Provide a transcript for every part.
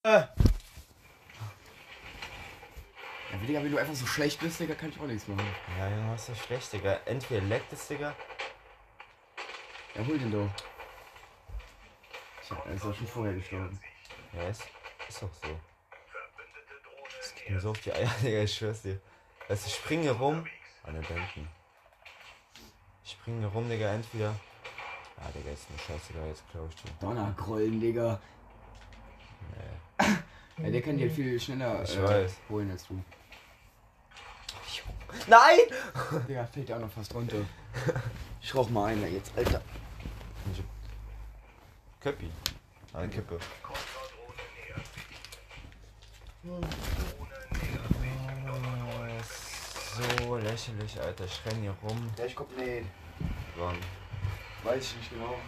Ja, Digga, wenn du einfach so schlecht bist, Digga, kann ich auch nichts machen. Ja, Junge, was ist so schlecht, Digga? Entweder leckt es, Digga. Ja, hol den doch. Er ist ja schon vorher gestorben. Ja, ist doch so. Das geht mir so auf die Eier, Digga, ich schwör's dir. Weißt du, ich springe rum. An den Wänden. Ich springe rum, Digga, entweder. Ja, Digga, ist mir scheißegal, jetzt glaub ich dir. Donnergrollen, Digga. Nee. Ja, der kann dir viel schneller Ich weiß. holen als du. Nein! Digga, fällt ja auch noch fast runter. Ich rauch mal einer jetzt, Alter. Köppi. Eine Kippe. So lächerlich, Alter. Ich renn hier rum. Ja, ich komm, nee. Wann? Weiß ich nicht genau.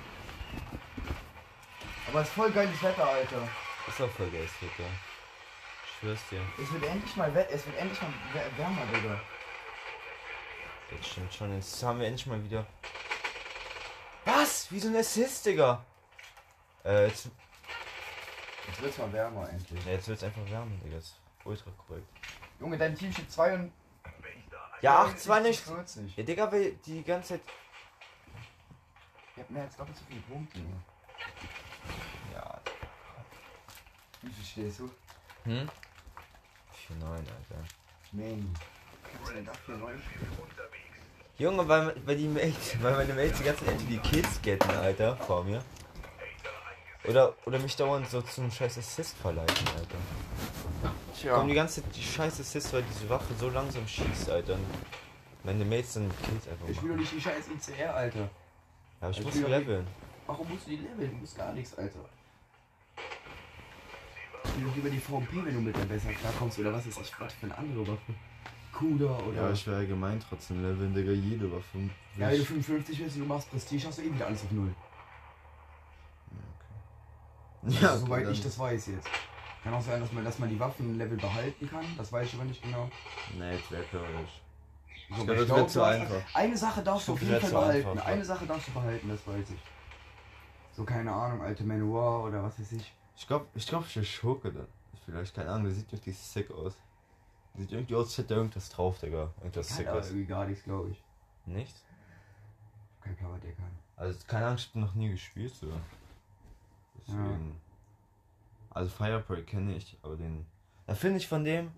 Aber es ist voll geiles Wetter, Alter. Ist auch voll geil, Digga. Ich schwör's dir. Es wird endlich mal wärmer, Digga. Das stimmt schon. Jetzt haben wir endlich mal wieder. Was? Wie so ein Assist, Digga? Jetzt wird's mal wärmer, endlich. Ja, jetzt wird's einfach wärmer, Digga. Das ist ultra korrekt. Junge, dein Team steht 2 und... Ja, 8-2 nicht. 40. Ja, Digga, weil die ganze Zeit. Ihr habt mehr als doppelt so viele Punkte, Junge. Ja. Wie viel stehst du? 4-9, Alter. Man. Was ist denn da für 9? Junge, weil meine Mates die ganze Zeit die Kills getten, Alter, vor mir. Oder mich dauernd so zum scheiß Assist verleiten, Alter. Tja. Kommen die ganze Zeit die scheiß Assist, weil diese Waffe so langsam schießt, Alter. Und meine Mates dann Kills einfach Ich will doch nicht die scheiß ICR, Alter. Ja, aber ich Ich muss will doch leveln. Warum musst du die leveln? Du musst gar nichts, Alter. Ich will doch lieber die VMP, wenn du mit der besser klarkommst, oder was ist das für eine andere Waffe? Kuda oder... Ja, ich will allgemein trotzdem leveln, Digga, jede Waffe. Ja, wenn du 55 bist und du machst Prestige, hast du eh wieder alles auf 0. Ja, Also, soweit okay, ich das weiß jetzt. Kann auch sein, dass man die Waffenlevel behalten kann, das weiß ich aber nicht genau. Nee, jetzt wäre theoretisch. So, Ich aber glaube, das glaub, wird zu du hast- einfach. Eine Sache darfst du auf jeden Das Fall wird zu behalten. einfach. Eine Sache darfst du behalten, das weiß ich. So, keine Ahnung, alte Manoir oder was weiß ich. Ich glaube, ich schurke dann. Vielleicht, keine Ahnung, der sieht irgendwie sick aus. Sieht irgendwie aus, als hätte er irgendwas drauf, Digga. Irgendwas Kann sick aber aus. irgendwie gar nichts, glaube ich. Nichts? Kein Plan, was der kann. Also, keine Ahnung, ich hab noch nie gespielt, so. Deswegen. Also, Firepray kenne ich, aber den. Da finde ich von dem,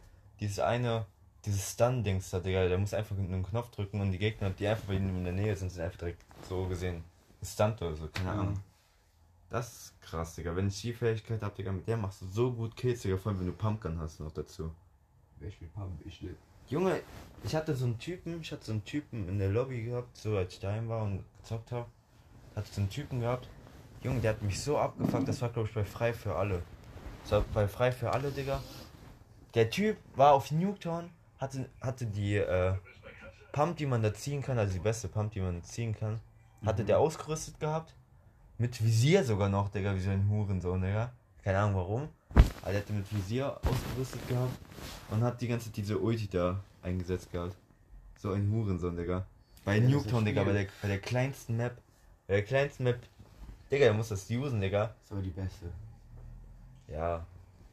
dieses Stun-Dings da, Digga, der muss einfach einen Knopf drücken und die Gegner, die einfach bei ihm in der Nähe sind, sind einfach direkt so gesehen gestunt oder so, keine Ahnung. Das ist krass, Digga. Wenn ich die Fähigkeit hab, Digga, mit der machst du so gut Kills, Digga, vor allem wenn du Pumpgun hast noch dazu. Wer spielt Pump? Ich nicht. Junge, ich hatte so einen Typen in der Lobby gehabt, so als ich daheim war und gezockt habe. Hatte so einen Typen gehabt. Junge, der hat mich so abgefuckt, das war glaube ich bei Frei für alle. Das war bei Frei für alle, Digga. Der Typ war auf Nuketown, hatte die Pump, die man da ziehen kann, also die beste Pump, die man ziehen kann, hatte der ausgerüstet gehabt. Mit Visier sogar noch, Digga, wie so ein Hurensohn, Digga. Keine Ahnung warum. Aber der hatte mit Visier ausgerüstet gehabt und hat die ganze Zeit diese Ulti da eingesetzt gehabt. So ein Hurensohn, Digga. Bei Ja, das Nuketown, ist Digga, bei der kleinsten Map. Bei der kleinsten Map. Digga, der muss das usen, Digga. Das ist aber die beste. Ja.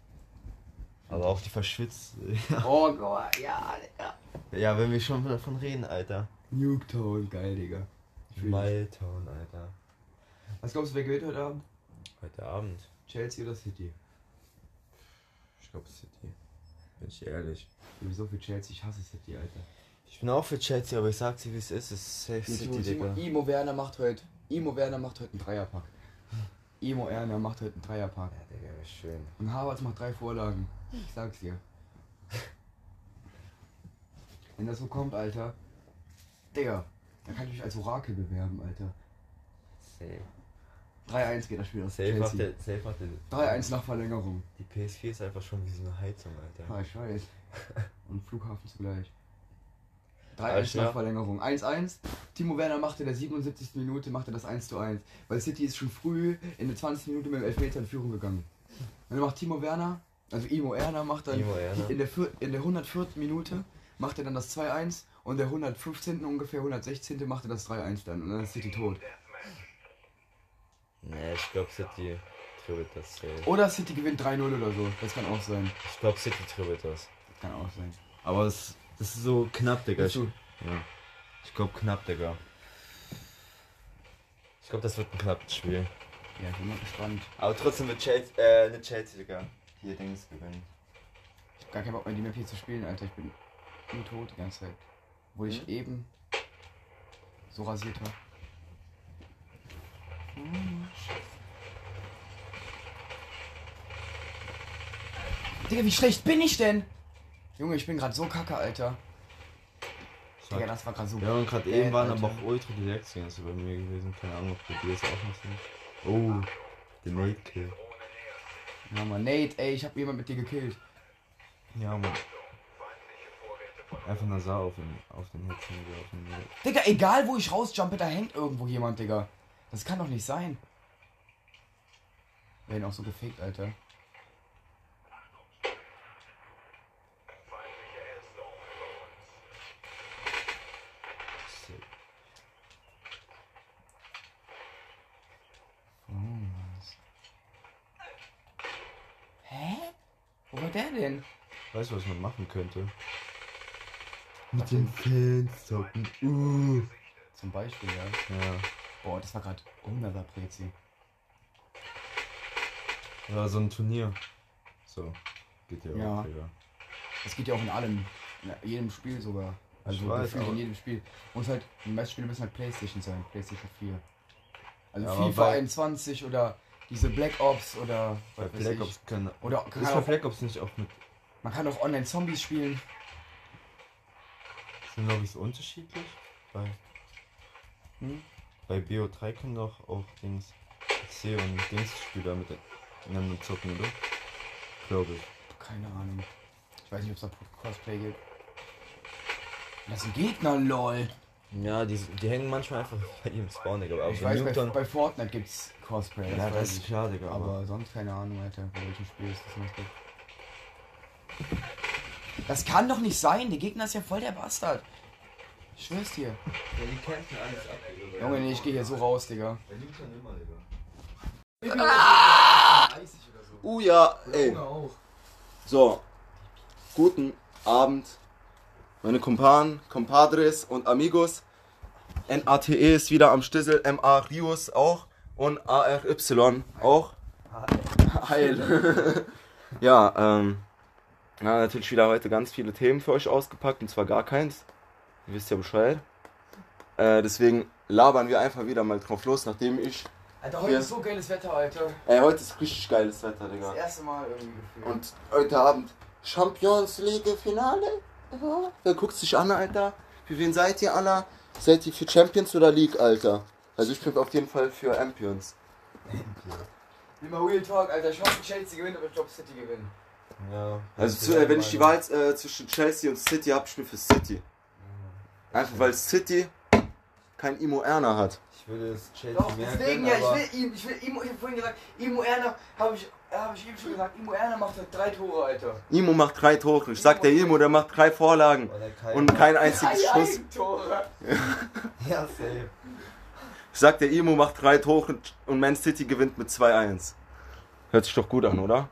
Aber auch die verschwitzt. Oh Gott, ja, Digga. Ja, wenn wir schon davon reden, Alter. Nuketown, geil, Digga. Maltown, Alter. Was glaubst du, wer gewinnt heute Abend? Heute Abend. Chelsea oder City? Ich glaube City. Bin ich ehrlich. Sowieso für Chelsea, ich hasse City, Alter. Ich bin auch für Chelsea, aber ich sag's dir wie es ist safe City, Digga. Imo Werner macht heute einen Dreierpack. Imo Werner macht heute einen Dreierpack. Ja, Digga, wäre schön. Und Havertz macht 3 Vorlagen. Ich sag's dir. Wenn das so kommt, Alter. Digga, dann kann ich mich als Orakel bewerben, Alter. Safe. 3-1 geht das Spiel aus. Safe macht Chelsea. der. 3-1 nach Verlängerung. Die PS4 ist einfach schon wie so eine Heizung, Alter. Ah, ich weiß. Und Flughafen zugleich. Aber 3-1 ja. nach Verlängerung. 1-1. Timo Werner machte in der 77. Minute das 1:1. Weil City ist schon früh in der 20. Minute mit dem Elfmeter in Führung gegangen. Und dann macht Timo Werner, also Imo Werner macht dann Imo Werner. in der 104. Minute macht er dann das 2-1 und der 115. ungefähr 116. macht er das 3-1 dann und dann ist City tot. Nee, ich glaube City tribbelt das safe. Oder City gewinnt 3-0 oder so. Das kann auch sein. Ich glaube, City tribbelt das. Das kann auch sein. Aber das ist so knapp, Digga. Bist du? Ja. Ich glaube knapp, Digga. Ich glaube, das wird ein knappes Spiel. Ja, ich bin mal gespannt. Aber trotzdem wird Chelsea, nicht Chelsea, Digga. Hier Dings gewinnen. Ich hab gar keinen Bock mehr, die Map hier zu spielen, Alter. Ich bin nur tot die ganze Zeit. Obwohl ich eben so rasiert habe. Digga, wie schlecht bin ich denn? Junge, ich bin gerade so kacke, Alter. Digga, das war gerade so. Ja, und gerade eben waren Alter. aber auch ultra die Reaktionen bei mir gewesen. Keine Ahnung, ob du das auch noch sind. Oh, der Nate-Kill. Ja, Mann, Nate, ey, ich hab jemand mit dir gekillt. Ja, Mann. Einfach Nazar auf den Herzen geworfen. Digga, egal wo ich rausjumpe, da hängt irgendwo jemand, Digga. Das kann doch nicht sein. Werden auch so gefaked, Alter. Hä? Wo war der denn? Weißt du, was man machen könnte? Was Mit den Fans zocken. Zum Beispiel, ja. Ja. Boah, das war gerade Ungarn Prezi. Ja, so ein Turnier. So. Geht ja Ja. auch, Digga. Das geht ja auch in allem. In jedem Spiel sogar. Also Ich weiß, gefühlt aber- in jedem Spiel. Und halt, die meisten Spiele müssen halt Playstation sein. Playstation 4. Also Ja, aber FIFA bei- 21 oder diese Black Ops oder Bei was weiß Black ich. Ops können. Oder Ist kann bei auch, Black Ops nicht auch mit. man kann auch online Zombies spielen. Sind glaube ich so unterschiedlich? Bei BO3 können doch auch Dings. C und Dings-Spieler miteinander zocken, oder? Glaube ich. Keine Ahnung. Ich weiß nicht, ob es da Crossplay gibt. Das sind Gegner, lol. Ja, die hängen manchmal einfach bei ihrem Spawn, Digga. Aber Ich so weiß, Newton. bei Fortnite gibt's Crossplay. Ja, weiß das ich. ist klar, Digga. Aber sonst keine Ahnung, Alter, bei welchem Spiel ist das noch gibt. Das kann doch nicht sein, der Gegner ist ja voll der Bastard. Ich schwör's dir. Ja, die kämpfen alles ab, Digga. Junge, nee, ich geh hier so raus, Digga. Bei Newton immer, Digga. Ja, ey. Junge auch. So. Guten Abend, meine Kumpanen, Compadres und Amigos. NATE ist wieder am Stissel, MA Rios auch und ARY auch. Heil. Ja, natürlich wieder heute ganz viele Themen für euch ausgepackt und zwar gar keins. Ihr wisst ja Bescheid. Deswegen labern wir einfach wieder mal drauf los, nachdem ich... Alter, heute Ja. ist so geiles Wetter, Alter. heute ist richtig geiles Wetter, Digga. Das erste Mal irgendwie gefühlt. Und heute Abend Champions League Finale. Ja. Wer guckt sich an, Alter? Für wen seid ihr, Alter? Seid ihr für Champions oder League, Alter? Also ich bin auf jeden Fall für Champions. Wie mal Real Talk, Alter. Ich hoffe, Chelsea gewinnt, aber ich glaube, City gewinnt. Ja. Also wenn ich die Wahl zwischen Chelsea und City habe, ich bin für City. Einfach weil City kein Imo Erner hat. Ich würde es Chelsea Doch, mehr deswegen, gönnen, ja, aber ich habe vorhin gesagt, Imo Erner, habe ich eben schon gesagt, Imo Erner macht halt 3 Tore, Alter. Imo macht 3 Tore. Ich sag der Imo, der macht 3 Vorlagen weil er kein und kein 3 einziges Schuss. Eigentore. Ja, safe. Ich sag der Imo macht 3 Tore und Man City gewinnt mit 2-1. Hört sich doch gut an, oder?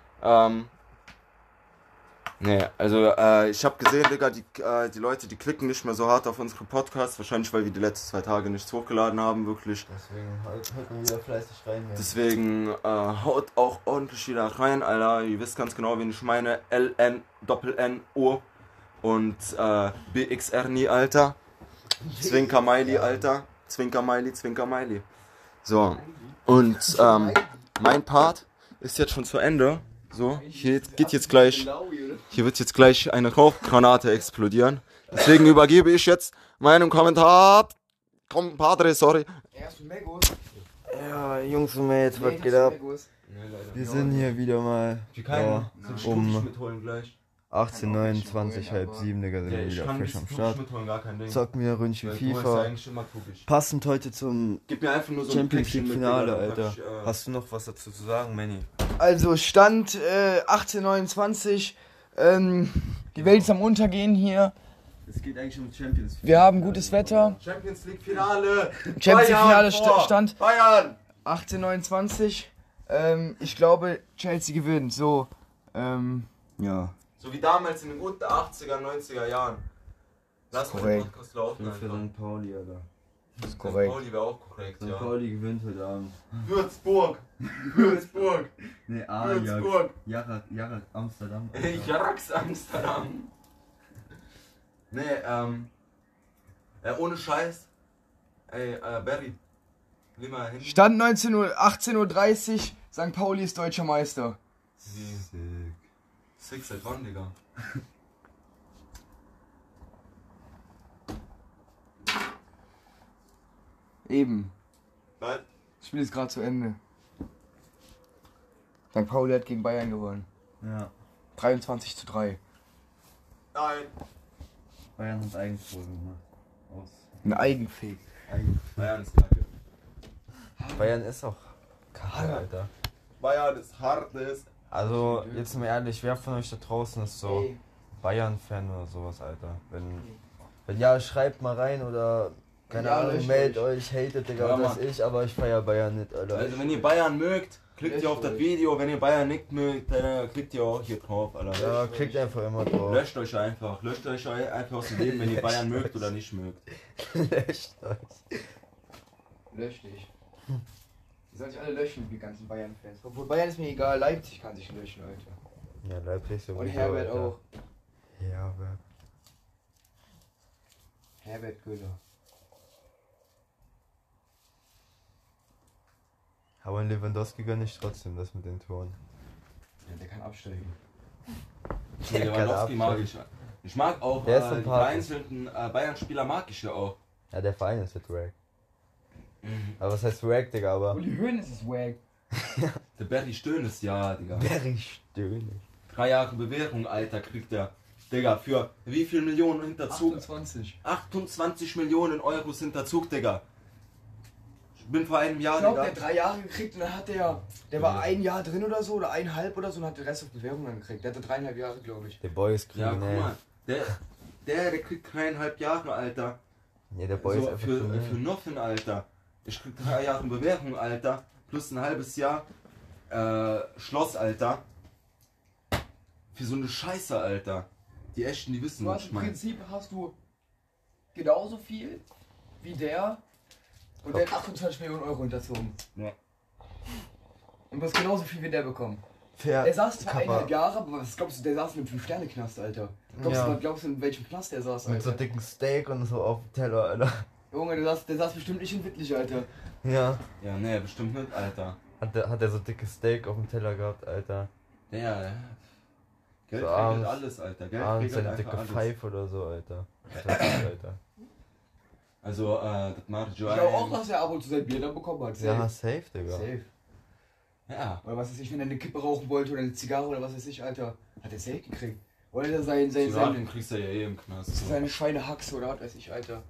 Nee, also ich habe gesehen, Digga, die Leute, die klicken nicht mehr so hart auf unsere Podcasts. Wahrscheinlich, weil wir die letzten 2 Tage nichts hochgeladen haben, wirklich. Deswegen hört man wieder fleißig rein. Ja. Deswegen haut auch ordentlich wieder rein, Alter. Ihr wisst ganz genau, wen ich meine. LN-Doppel-N-O und BXRNI, Alter. Zwinker-Miley, Alter. Zwinker-Miley, Zwinker-Miley. So, und mein Part ist jetzt schon zu Ende. So, hier wird jetzt gleich eine Rauchgranate explodieren. Deswegen übergebe ich jetzt meinen Compadre, sorry. Erst Megos. Ja, Jungs und Mädels, was Nee, geht das ab? sind Megos. Wir sind hier wieder mal Ja, um mitholen gleich. 18:29, halb 7, Digga, sind wir wieder frisch am Start. mitholen, gar kein Ding. Zocken wieder Ründchen Weil du weißt ja FIFA. eigentlich immer tuckig. Passend heute zum Gib mir einfach nur so Champions Päckchen League mit, Finale, Digga, dann Alter. pack ich, Hast du noch was dazu zu sagen, Manny? Also Stand 18:29. Die Welt ist am Untergehen hier. Es geht eigentlich um Champions League. Wir haben gutes Wetter. Champions League Finale. Champions League Finale vor. Stand Bayern. 18:29. Ich glaube, Chelsea gewinnt. So, ja. So wie damals in den guten 80er, 90er Jahren. Lass mal den Podcast laufen. Für St. Pauli, Alter. Das ist St. korrekt. Pauli wäre auch korrekt, St. ja. Pauli gewinnt heute Abend. Würzburg! Würzburg! Ne, Würzburg! Jarak Amsterdam. Jarax Amsterdam! Nee, ohne Scheiß. Ey, Barry. Geh mal hin. Stand 18:30 Uhr, St. Pauli ist deutscher Meister. Sick. Six seit wann, Digga? Eben. Nein. Das Spiel ist gerade zu Ende. St. Pauli hat gegen Bayern gewonnen. Ja. 23:3. Nein. Bayern hat Eigentor gemacht. Ein Eigenfake. Bayern ist kacke. Bayern ist auch kacke, Alter. Bayern ist hartes. Also, jetzt mal ehrlich, wer von euch da draußen ist so Ey. Bayern-Fan oder sowas, Alter? Wenn ja, schreibt mal rein oder keine Ja, Ahnung, löscht meldet euch, hatet, Digga, Ja, was Mann. ich, aber ich feier Bayern nicht, Alter. Also wenn ihr Bayern mögt, klickt Löscht ihr auf das euch. Video. Wenn ihr Bayern nicht mögt, dann klickt ihr auch hier drauf, Alter. Ja, klickt einfach immer drauf. Löscht euch einfach aus dem Leben, wenn ihr Bayern mögt oder nicht mögt. Löscht euch. Lösch dich. Die sollen sich alle löschen, die ganzen Bayern-Fans. Obwohl Bayern ist mir egal, Leipzig kann sich löschen, Alter. Ja, Leipzig sowieso, Und Herbert Alter. auch. Herbert. Herbert Güller. Aber in Lewandowski gönn ich trotzdem das mit den Toren. Ja, der kann absteigen. Nee, Lewandowski mag ich. Ich mag auch Der ist die sympathisch. vereinzelten Bayern-Spieler mag ich ja auch. Ja, der Verein ist jetzt wack. Aber was heißt wack, Digga, aber... Uli Hoeneß ist wack. Der Berry Stöhn ist ja, Digga. Very stöhnig. 3 Jahre Bewährung, Alter, kriegt er. Digga, für wie viel Millionen Hinterzug? 28. 28 Millionen Euro Hinterzug, Digga. Ich bin vor einem Jahr, Ich glaube, Digga. der hat 3 Jahre gekriegt und dann hat der war ein Jahr drin oder so, oder 1,5 oder so und hat den Rest auf Bewährung dann gekriegt. Der hatte 3,5 Jahre, glaube ich. Der Boy ist Ja, guck kriminell. mal. Der kriegt 3,5 Jahre, Alter. Ja, der Boy ist So, einfach für kriminell. nothing, Alter. Ich krieg 3 Jahre Bewährung, Alter. Plus ein halbes Jahr Schloss, Alter. Für so eine Scheiße, Alter. Die Echten, die wissen, Du was hast ich im meine. Prinzip hast du genauso viel wie der und der hat 28 Millionen Euro hinterzogen. Ja. Und du hast genauso viel wie der bekommen. Fair. Er saß zwar Kappa. 1,5 Jahre, aber was glaubst du, der saß in einem 5-Sterne-Knast, Alter. Ja. Glaubst du, in welchem Knast der saß, Mit so Alter? dicken Steak und so auf dem Teller, Alter. Junge, der saß bestimmt nicht in Wittlich, Alter. Ja. Ja, nee, bestimmt nicht, Alter. Hat er so dickes Steak auf dem Teller gehabt, Alter. Ja. Geld So regelt abends- alles, Alter. Geld Abends regelt seine dicke einfach alles. Pfeife oder so, Alter. Das weiß ich, Alter. Also, das macht Ich glaube auch, dass er ab und zu sein Bier dann bekommen hat. Ja, safe, Digga. Safe. Ja. Oder was weiß ich, wenn er eine Kippe rauchen wollte oder eine Zigarre oder was weiß ich, Alter. Hat er safe gekriegt. Oder hat er Zigarren kriegst du ja eh im Knast. So. seine Schweinehaxe oder was weiß ich, Alter.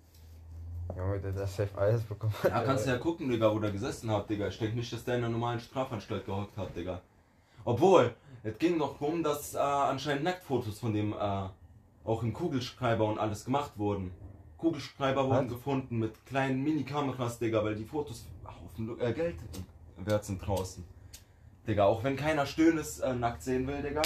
Ja, der hat safe alles bekommen. Ja, kannst du ja gucken, Digga, wo der gesessen hat, Digga. Ich denke nicht, dass der in einer normalen Strafanstalt gehockt hat, Digga. Obwohl, es ging doch darum, dass anscheinend Nacktfotos von dem auch im Kugelschreiber und alles gemacht wurden. Kugelschreiber wurden gefunden mit kleinen Mini-Kameras, Digga, weil die Fotos Haufen Geld wert sind draußen. Digga, auch wenn keiner Stöhnes nackt sehen will, Digga.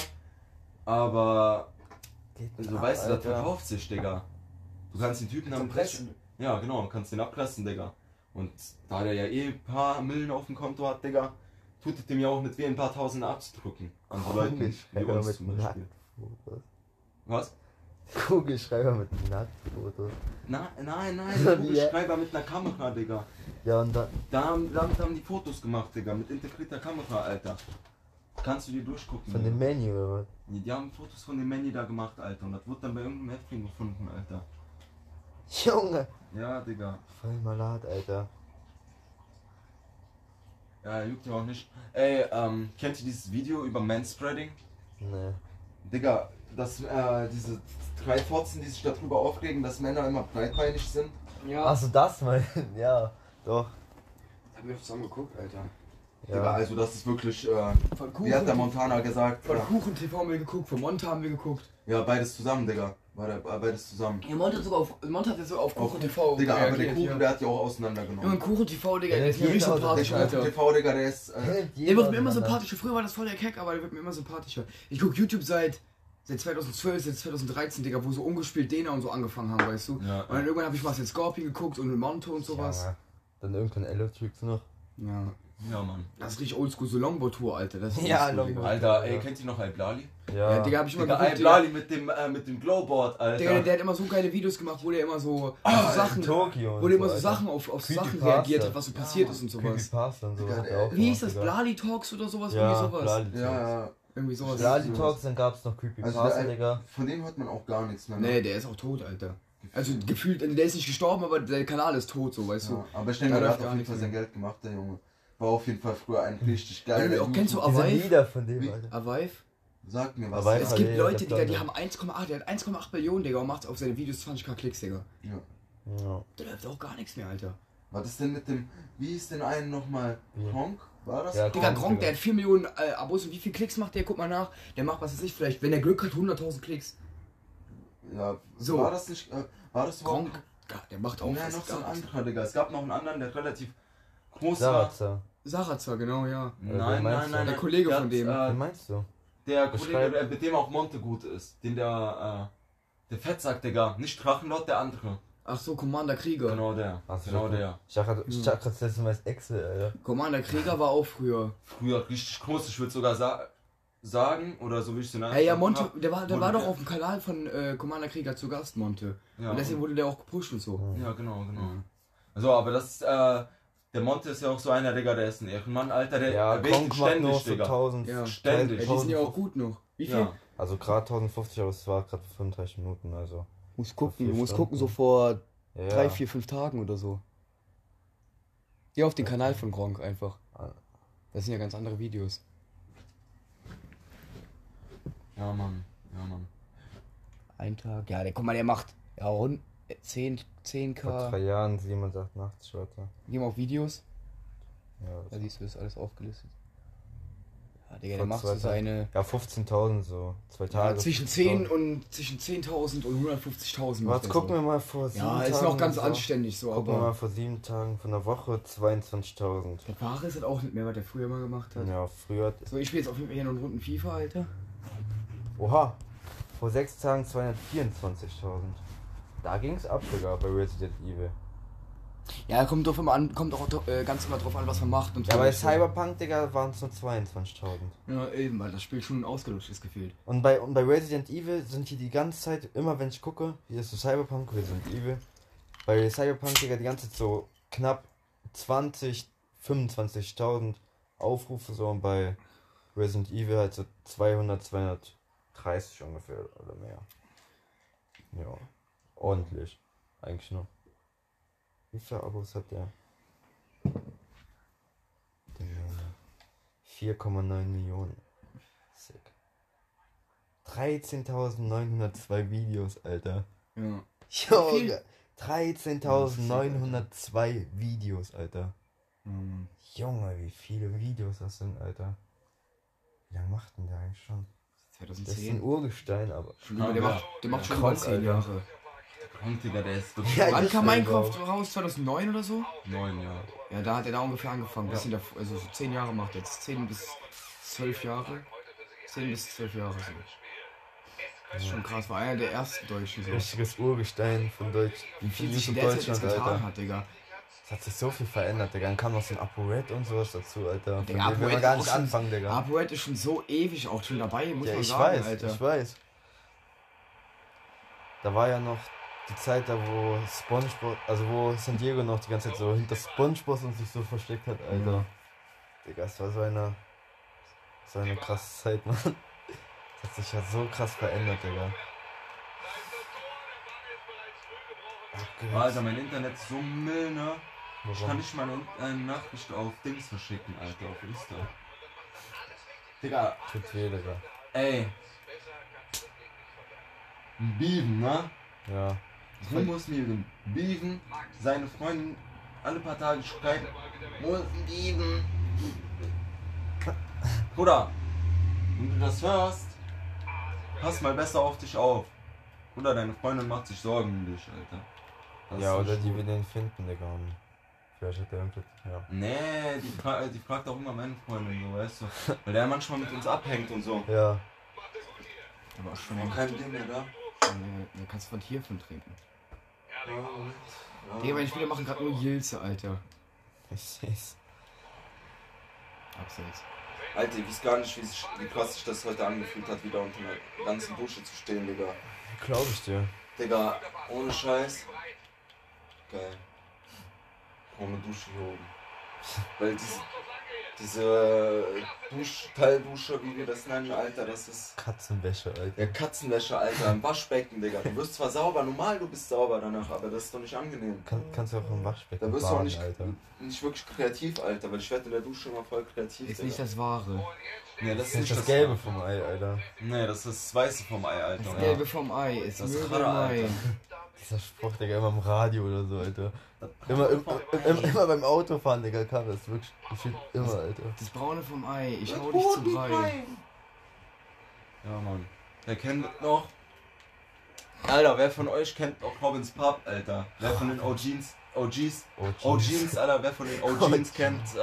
Aber, so weißt du, das verkauft sich, Digga. Du kannst den Typen damit Pressen. Ja, genau, kannst den abpressen, Digga. Und da der ja eh ein paar Millen auf dem Konto hat, Digga, tut es dem ja auch nicht weh, ein paar Tausend abzudrücken. An so Leuten wie Kugelschreiber uns mit zum Beispiel. Nacktfotos. Was? Kugelschreiber mit Nacktfotos. Nein, So, Kugelschreiber mit einer Kamera, Digga. Ja, und dann. Damit haben die Fotos gemacht, Digga, mit integrierter Kamera, Alter. Kannst du dir durchgucken. Von dem Menü oder was? Die haben Fotos von dem Manny da gemacht, Alter. Und das wurde dann bei irgendeinem Häftling gefunden, Alter. Junge! Ja, Digga. Voll malat, Alter. Ja, juckt ja auch nicht. Ey, kennt ihr dieses Video über Manspreading? Nee. Digga, dass diese 3 Fotzen, die sich darüber aufregen, dass Männer immer breitbeinig sind. Ja. Achso, das mal. Ja, doch. Das haben wir zusammen geguckt, Alter. Digga, Ja. also das ist wirklich, Von wie hat der Montana gesagt? Von Kuchen TV haben wir geguckt, von Monta haben wir geguckt. Ja, beides zusammen, Digga. War der beides zusammen? Ja, Monte hat ja sogar auf Kuchen TV Digga, aber der reagiert, Kuchen, ja. der hat die auch auseinandergenommen. Junge, Kuchen TV, Digga, Ja, der ist mir richtig jeder sympathisch, Der Kuchen Alter. TV, Digga, der ist... Der wird mir immer sympathischer. Früher war das voll der Keck, aber der wird mir immer sympathischer. Ich guck YouTube seit 2012, seit 2013, Digga, wo so ungespielt Dena und so angefangen haben, weißt du? Ja. Und dann irgendwann habe ich mal den Scorpion geguckt und Monte und sowas. Ja, dann irgendwann Electrics noch. Ja. Ja, Mann. Das ist richtig oldschool, so Longboard-Tour, Alter. Das ist Ja, oldschool, Longboard. Digga. Alter, ey, kennt ihr noch Al-Blali? Ja, Digga, hab ich immer Digga, geguckt, Digga. Al-Blali mit dem Glowboard, Alter. Der hat immer so geile Videos gemacht, wo der immer so Sachen, Tokio. wo der immer so Alter. Sachen auf Sachen Creepypasta. reagiert hat, was so passiert ist und sowas. Creepypasta und sowas. Digga, hat er auch Wie hieß das? gemacht, Digga. Blali Talks oder sowas? Ja, Irgendwie sowas. Blali Talks. Ja, Irgendwie sowas. Blali Talks, dann gab's noch Creepypasta, also Digga. von dem hört man auch gar nichts mehr. Nee, der ist auch tot, Alter. Also gefühlt, der ist nicht gestorben, aber der Kanal ist tot, so, weißt Ja, aber ich denke, Da der läuft hat gar auf jeden nichts Fall mehr. sein Geld gemacht, der Junge. War auf jeden Fall früher ein richtig geiler Irgendwie auch- kennst du YouTuber. Diese Avive? Lieder von dem, Wie? Alter. du? Avive? Sag mir was. Avive Es Ja, gibt der Leute, Blonde. Digga, die haben 1,8, der hat 1,8 Millionen, Digga, und macht auf seine Videos 20k Klicks, Digga. Ja. Ja. Da läuft auch gar nichts mehr, Alter. Was ist denn mit dem, wie hieß denn einen nochmal? Wie? Gronk? War das? Ja, Digga, Gronk, Gronk, der Digga. hat 4 Millionen Abos und wie viel Klicks macht der? Guck mal nach. Der macht, was weiß ich, vielleicht, wenn der Glück hat, 100.000 Klicks. Ja, So. war das nicht, war das überhaupt? Gronk, ja, der macht auch Nein, fast noch so ein gar nichts. anderer, Digga. Es gab noch einen anderen, der relativ groß war. Sarazar. Sarazar, genau, ja. wer Nein, meinst nein, du? nein. Der Kollege der von dem. Wen meinst du? Der Beschreib. Kollege, mit dem auch Monte gut ist. Den der Fettsack, Digga. Nicht Drachenlord, der andere. Ach so, Commander Krieger. Genau der. Ach so, Genau okay. der. Ich dachte gerade das letzte Mal als Excel, Alter. Commander Krieger war auch früher. Früher richtig groß. Ich würde sogar sagen, oder so wie ich es in Hey, ja, Monte, der war wurde doch der- auf dem Kanal von Commander Krieger zu Gast, Monte. Ja, Und deswegen wurde der auch gepusht und so. ja, genau. Also, aber das ist, der Monte ist ja auch so einer, Digga, der ist ein Ehrenmann, Alter, der Ja, erwähnt Gronk macht nur ständig, so Digga. 1000. Ja. Ständig. Ja, die sind ja auch gut noch. Wie viel? Ja. Also gerade 1050, aber es war gerade 35 Minuten, also. Musst gucken, du musst gucken, so vor Ja. 3, 4, 5 Tagen oder so. Geh auf den Kanal von Gronk einfach. Das sind ja ganz andere Videos. Ja, Mann. Ein Tag. Ja, guck mal, der macht ja rund 10k. Vor 3 Jahren 788 Leute. Geh mal auf Videos. Ja, Da siehst du das alles aufgelistet. Ja, Digga, der Vor macht so 2 Tagen. seine. ja 15.000 so. 2 Tage. Ja, zwischen 10 und zwischen 10.000 und 150.000. Jetzt gucken wir mal vor 7 Ja, Tagen. ist noch ganz so. anständig so, Gucken wir mal aber. vor 7 Tagen von der Woche 22.000. Der Wahre ist halt auch nicht mehr, was der früher mal gemacht hat. Ja, früher. So, ich spiele jetzt auf jeden Fall hier noch einen runden FIFA, Alter. Oha! Vor 6 Tagen 224.000. Da ging's ab, Digga, bei Resident Evil. Ja, kommt doch immer an, kommt auch ganz immer drauf an, was man macht und Ja, so. bei Cyberpunk, Digga, waren es nur 22.000. Ja, eben, weil das Spiel schon ausgelutscht ist gefühlt. Und bei Resident Evil sind hier die ganze Zeit, immer wenn ich gucke, hier ist so Cyberpunk, Resident Evil, bei Cyberpunk, Digga, die ganze Zeit so knapp 20, 25.000 Aufrufe so und bei Resident Evil halt so 200, 230 ungefähr oder mehr. Ja, ordentlich. Eigentlich nur. Wie viele Abos hat der? 4,9 Millionen. Sick. 13.902 Videos, Alter. Ja. Junge, 13.902 Videos, Alter. Junge, wie viele Videos das sind, Alter. Wie lange macht denn der eigentlich schon? Das ist ein 2010. Urgestein, aber. Schon über, der macht schon Krank, über 10 Alter. Jahre. Gronk, Digga, der ist Ja, wirklich Wann ist kam der Minecraft raus? 2009 oder so? 9, ja. Ja, da hat er da ungefähr angefangen. Bisschen davor, also so 10 Jahre macht er jetzt. 10 bis 12 Jahre. 10 bis 12 Jahre so. Das ist schon krass, war einer der ersten Deutschen so. Richtiges Urgestein von Deutsch. Wie viel YouTube sich in der Zeit jetzt Deutschland, getan Alter. hat, Digga. Es hat sich so viel verändert, Digga. Dann kam noch so ein ApoRed und sowas dazu, Alter. Von Digga, dem will man ApoRed gar ist nicht auch schon- anfangen, Digga. ApoRed ist schon so ewig auch schon dabei, muss Ja, man ich sagen, weiß, Alter. ich weiß. Da war ja noch die Zeit da, wo SpongeBob, also wo San Diego noch die ganze Zeit so hinter SpongeBob und sich so versteckt hat, Alter. Ja. Digga, es war so eine krasse Zeit, Mann. Das hat sich ja so krass verändert, Digga. Alter, mein Internet ist so mill, ne? Ich kann Warum? nicht mal eine Nachricht auf Dings verschicken, Alter, auf Insta. Digga, Tut weh, Digga. ey. Ein Beaven, ne? Ja. Muss mir den Beaven, seine Freundin alle paar Tage schreiben, muss ein Beaven. Bruder, wenn du das hörst, pass mal besser auf dich auf. Oder deine Freundin macht sich Sorgen um dich, Alter. Das Ja, ist oder nicht die gut. will den finden, Digga. Und vielleicht hat der irgendwas, ja. Nee, die fragt auch immer meine Freundin so, weißt du. Weil der manchmal mit uns abhängt und so. Ja. Aber auch schon Kein Ding mehr da. Du kannst von hiervon trinken. Digga, meine Spieler machen gerade nur Jilze, Alter. Ich seh's. Abseits. Alter, ich weiß gar nicht, wie krass sich das heute angefühlt hat, wieder unter einer ganzen Dusche zu stehen, Digga. Glaub ich dir. Digga, ohne Scheiß. Geil. Ohne Dusche hier oben. Weil diese Teildusche, wie wir das nennen, Alter, das ist... Katzenwäsche, Alter. Ja, Katzenwäsche, Alter, im Waschbecken, Digga. Du wirst zwar sauber, normal du bist sauber danach, aber das ist doch nicht angenehm. Kannst du auch im Waschbecken Da wirst du auch baden, Alter. nicht wirklich kreativ, Alter, weil ich werde in der Dusche immer voll kreativ, Ist Digga. nicht das Wahre. Nee, Das ist nicht das Gelbe vom Ei, Alter. Nee, das ist das Weiße vom Ei, Alter. Das Gelbe vom Ei ist Das Möbel Radar, Alter. mein. Dieser Spruch, Digga, immer im Radio oder so, Alter. Immer beim Autofahren, Digga, kam das wirklich gefühlt immer, Alter. Das Braune vom Ei, ich hau dich zu Brei. Ja, Mann. Wer kennt das noch? Alter, wer von euch kennt auch Robins Pub, Alter? Wer von den OGs, Alter, wer von den OGs kennt,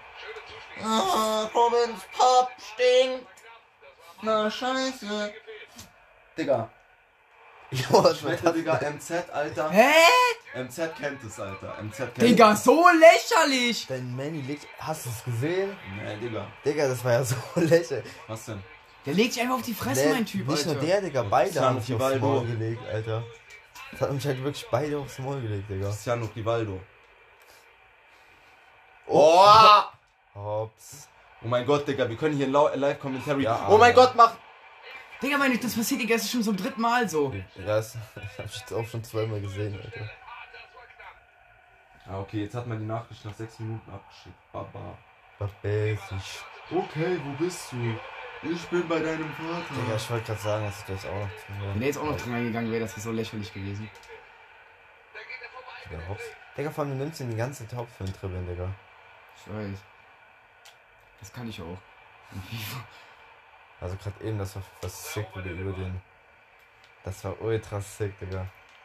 Robins Pub stinkt. Na, scheiße. Digga. Jo, was Ich wette, Digga, MZ, Alter. Hä? MZ kennt es, Alter. MZ kennt Digga, so lächerlich! Dein Manny liegt. Hast du es gesehen? Nee, Digga. Digga, das war ja so lächerlich. Was denn? Der legt sich einfach auf die Fresse, Der- mein Typ, Nicht Alter. nur der, Digga, beide Cristiano haben sich aufs Rivaldo. Maul gelegt, Alter. Das hat mich halt wirklich beide aufs Maul gelegt, Digga. Cristiano Rivaldo. Oh! Hops. Oh mein Gott, Digga, wir können hier Live-Commentary. Ja, oh mein Alter. Gott, mach! Digga, meine, das passiert, Digga, das ist schon zum 3. Mal so. Ja, das hab ich jetzt auch schon 2-mal gesehen, Alter. Ah, okay, jetzt hat man die Nachricht nach 6 Minuten abgeschickt. Baba. Basisch. Okay, wo bist du? Ich bin bei deinem Vater. Digga, ich wollte gerade sagen, dass ich das auch noch tun Wenn will. der jetzt auch noch drin reingegangen wäre, das wäre so lächerlich gewesen. Digga, Hops. Digga, vor allem, du nimmst den ganzen Topf für den Dribbeln, Digga. Ich weiß. Das kann ich auch. In FIFA. Also gerade eben, das war was sick, wie du über den... Das war ultra sick, Digga.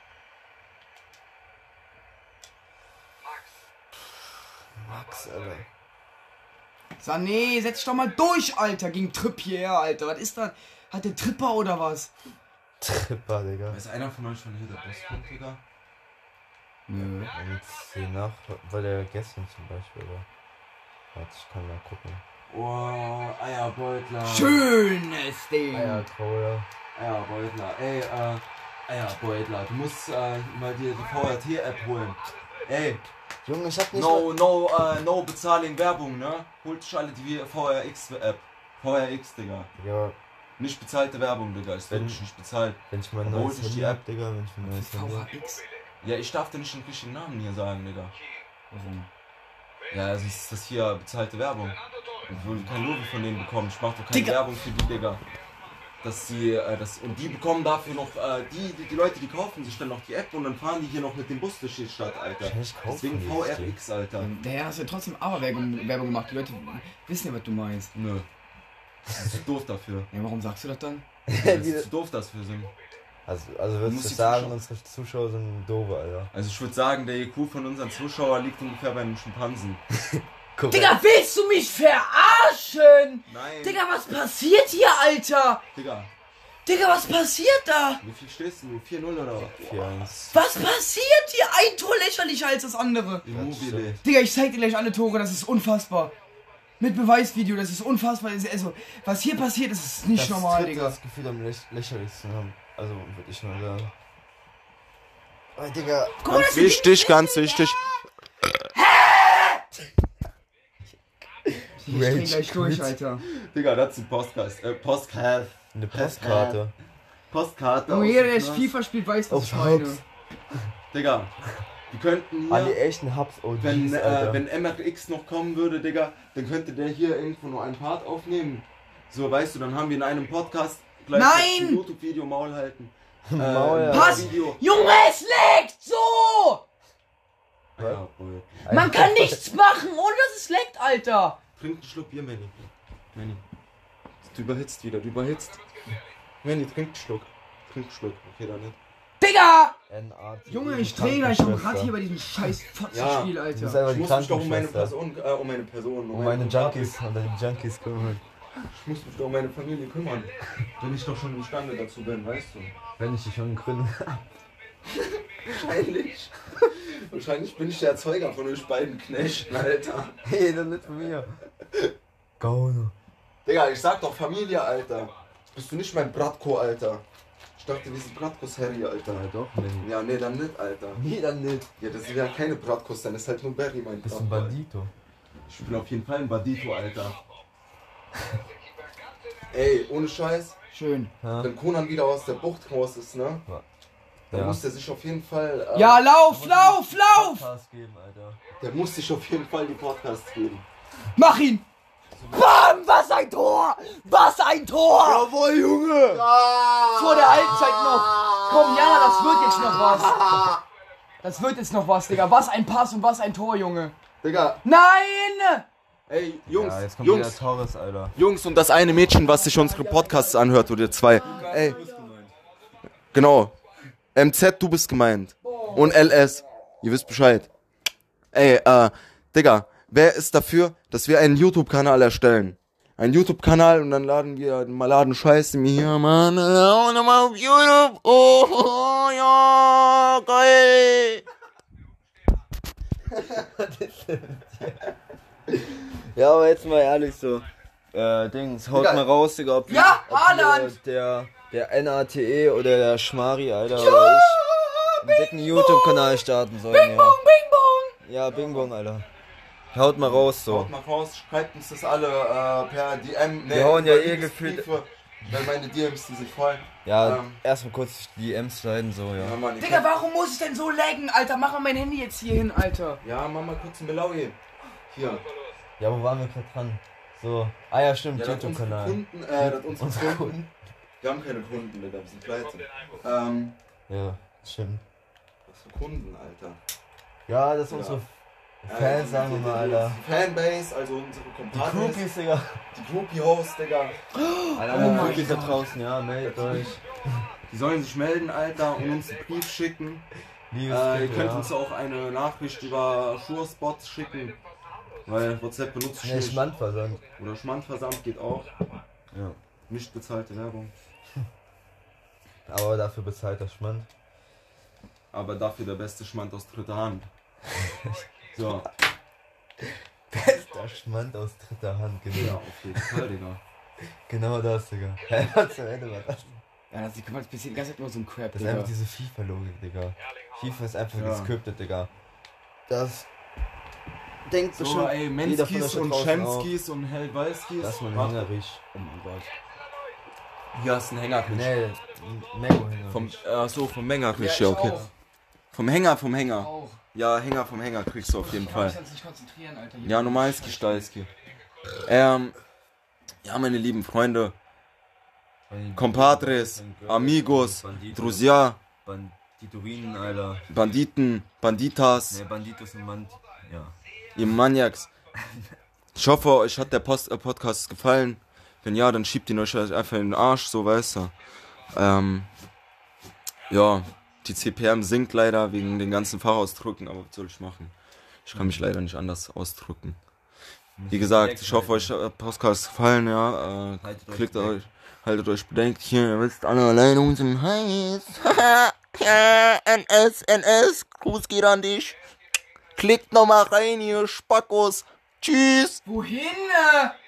Max, Alter. Sané, setz dich doch mal durch, Alter, gegen Trippier, Alter. Was ist das? Hat der Tripper oder was? Tripper, Digga. Ist einer von euch schon hier der Boss kommt, Digga? Nö. Und je nach, weil der gestern zum Beispiel war. Warte, ich kann mal gucken. Oh, Eierbeutler. Schönes Ding. Eiertroller. Eierbeutler. Ey, Eierbeutler. Du musst mal dir die VRT-App holen. Ey, Junge, ich hab nicht mal... no bezahling Werbung, ne? Holt euch alle die VRX-App. VRX, Digga. Ja, Nicht bezahlte Werbung, Digga. Ist Wenn- wirklich nicht bezahlt. wenn ich mein Aber neues hol dich die Handy App. hab, Digga, wenn ich mein neues Handy hab. VHX? Ja, ich darf dir nicht den richtigen Namen hier sagen, Digga. Warum? Ja, also ist das hier bezahlte Werbung. Ich will kein Logo von denen bekommen. Ich mach doch keine Digga. Werbung für die, Digga. Dass sie, und die bekommen dafür noch, die Leute, die kaufen sich dann noch die App und dann fahren die hier noch mit dem Bus durch die Stadt, Alter. Wahrscheinlich kaufen Deswegen die VRX, Alter. Der hast ja trotzdem aber Werbung gemacht. Die Leute wissen ja, was du meinst. Nö. Das ist zu doof dafür. Ja, warum sagst du das dann? Das ist zu doof dafür sind. Also Du würdest musst du die sagen, Zuschauer- unsere Zuschauer sind doofe, Alter. Also ich würde sagen, der IQ von unseren Zuschauern liegt ungefähr bei einem Schimpansen. Korrekt. Digga, willst du mich verarschen? Nein. Digga, was passiert hier, Alter? Digga, Digga, was passiert da? wie viel stehst du? 4-0 oder was? 4-1. Was passiert hier? Ein Tor lächerlicher als das andere. Immobile. Digga, ich zeig dir gleich alle Tore, das ist unfassbar. Mit Beweisvideo, das ist unfassbar. Also, was hier passiert, das ist nicht Das normal, dritte Digga. das Gefühl am lächerlichsten haben. Also, würde ich mal sagen. Oh, Digga. Guck mal, das sind Wichtig, ganz wichtig. Ich dreh gleich durch, Alter. Digga, das ist ein Podcast. Podcast. Eine Postkarte. Postkarte. Oh, aus jeder, dem der Knast. FIFA spielt, weiß, was ich Auf meine. Hubs. Digga, wir könnten An die hier, echten Hubs OGs, wenn, Alter. wenn MRX noch kommen würde, Digga, dann könnte der hier irgendwo nur einen Part aufnehmen. So, weißt du, dann haben wir in einem Podcast gleich Nein! ein YouTube-Video Maul halten. Maul ein Pass! Video. Junge, es leckt so! Ja, boy. Man kann nichts machen, ohne dass es leckt, Alter. Trink einen Schluck Bier, Manny. Manny. Du überhitzt wieder, du überhitzt. Manny, trink einen Schluck. trink einen Schluck. Okay, dann nicht. Digga! NAT. Junge, ich drehe gleich am Rad hier bei diesem scheiß Fotzenspiel, Du bist Alter. einfach Ich die muss mich doch um meine Krankenschwester. Person, Um meine Junkies, um deine Junkies kümmern. Ich muss mich doch um meine Familie kümmern. Wenn ich doch schon imstande dazu bin, weißt du. Wenn ich dich schon gründe. Wahrscheinlich. Wahrscheinlich bin ich der Erzeuger von euch beiden Knechten, Alter. Hey, dann nicht von mir. Gauno. Digga, ich sag doch Familie, Alter. Bist du nicht mein Bratko, Alter? Ich dachte, wir sind Bratkos Harry, Alter. Ja, doch, nee. Ja, nee, dann nicht, Alter. Nee, dann nicht. Ja, das sind ja keine Bratkos, dann ist halt nur Barry mein Bist ein Bratko. Bandito. Ich bin auf jeden Fall ein Bandito, Alter. Ey, ohne Scheiß, Schön. Ja. wenn Conan wieder aus der Bucht raus ist, ne? Dann Ja. muss der sich auf jeden Fall... Ja, lauf, lauf, lauf! Podcast geben, Alter. Der muss sich auf jeden Fall die Podcasts geben. Mach ihn! Bam! Was ein Tor! Was ein Tor! Jawohl, Junge! Ja. Vor der Halbzeit noch! Komm, Jana, das wird jetzt noch was! Das wird jetzt noch was, Digga. Was ein Pass und was ein Tor, Junge! Digga, Nein! ey, Jungs, Ja, jetzt kommt wieder Jungs, Torres, Alter. Jungs und das eine Mädchen, was sich unsere Podcasts anhört, oder zwei. Ey, genau. MZ, du bist gemeint. Und LS, ihr wisst Bescheid. Ey, Digga, wer ist dafür, dass wir einen YouTube-Kanal erstellen? Einen YouTube-Kanal und dann laden Scheiße mir hier, Mann, nochmal auf YouTube. Oh, ja, geil. Ja, aber jetzt mal ehrlich so. Dings, haut Digga. mal raus, Digga, ob, Ja, ob Haaland! hier der NATE oder der Schmari, Alter, oder ich einen dicken YouTube-Kanal starten sollen, ja. Bing bong! Ja, Bing Bong, Alter. Haut mal raus, so. Haut mal raus, schreibt uns das alle per DM. Wir hauen ja über eh Liebesbriefe, gefühlt- Weil meine DMs, die sind voll. Ja, Ähm. erstmal kurz die DMs sliden, so, ja. Ja, Mann, Digga, warum muss ich denn so laggen, Alter? Mach mal mein Handy jetzt hier hin, Alter. ja, mach mal kurz ein Belaui. Hier. Ja, wo waren wir gerade dran? So. Ah ja, stimmt, Ja, das unsere YouTube-Kanal. Kunden, das unsere Unsere Kunden. Wir haben keine Kunden, Digga, wir sind pleite. Ja, stimmt. Was für Kunden, Alter. Ja, das ist unsere Fans, sagen wir mal, Alter. Die Fanbase, also unsere Die Compadres. Groupies, Digga. Die Groupie-Hosts, Digga. Alter, Oh die mein Groupies da Gott. draußen, ja, meldet euch. Die sollen sich melden, Alter, und uns einen Brief schicken. Ihr Liebesbriefe, könnt ja. uns auch eine Nachricht über Sure-Spots schicken. Weil WhatsApp benutze ich Ne, nicht. Schmandversand. Oder Schmandversand geht auch. Ja. Nicht bezahlte Werbung. Aber dafür bezahlt der Schmand. Aber dafür der beste Schmand aus dritter Hand. So. Bester Schmand aus dritter Hand, Ja, genau. auf jeden Fall, Digga. Genau das, Digga. Hä, was zum Ende war das? Ja, das guck mal, das passiert die ganze Zeit nur so ein Crap, Das ist Digga. einfach diese FIFA-Logik, Digga. FIFA ist einfach Ja. gescriptet, Digga. Das denkt So, bestimmt ey, jeder von Menskis euch da und draußen Schemskis und Hellwalskis. auch. Das ist man Warte, hängerisch. Oh mein Gott. hier hast du einen Hängerfisch. Nee, Mango hängerisch. Vom Hängerfisch, Ja, ja, ich okay. auch. Vom Hänger. Auch. Ja, Hänger vom Hänger kriegst du auf jeden Ich kann mich Fall. jetzt nicht konzentrieren, Alter. Hier. Ja, Normalski, Stalski. Ja, meine lieben Freunde, Compadres, Amigos, Druzia, Bandituinen, Alter. Banditen, Banditas, Ne, Banditos und ja. ihr Maniacs. Ich hoffe, euch hat der Podcast gefallen. Wenn ja, dann schiebt ihn euch einfach in den Arsch, so, weißt du. Ja, die CPM sinkt leider wegen den ganzen Fachausdrücken, aber was soll ich machen? Ich kann mich leider nicht anders ausdrücken. Wie gesagt, ich hoffe, euch hat der Podcast gefallen, ja. Haltet euch bedenkt, hier, ihr wisst alle alleine unseren Heiß. Ja, NS, Gruß geht an dich. Klickt nochmal rein, ihr Spackos. Tschüss. Wohin?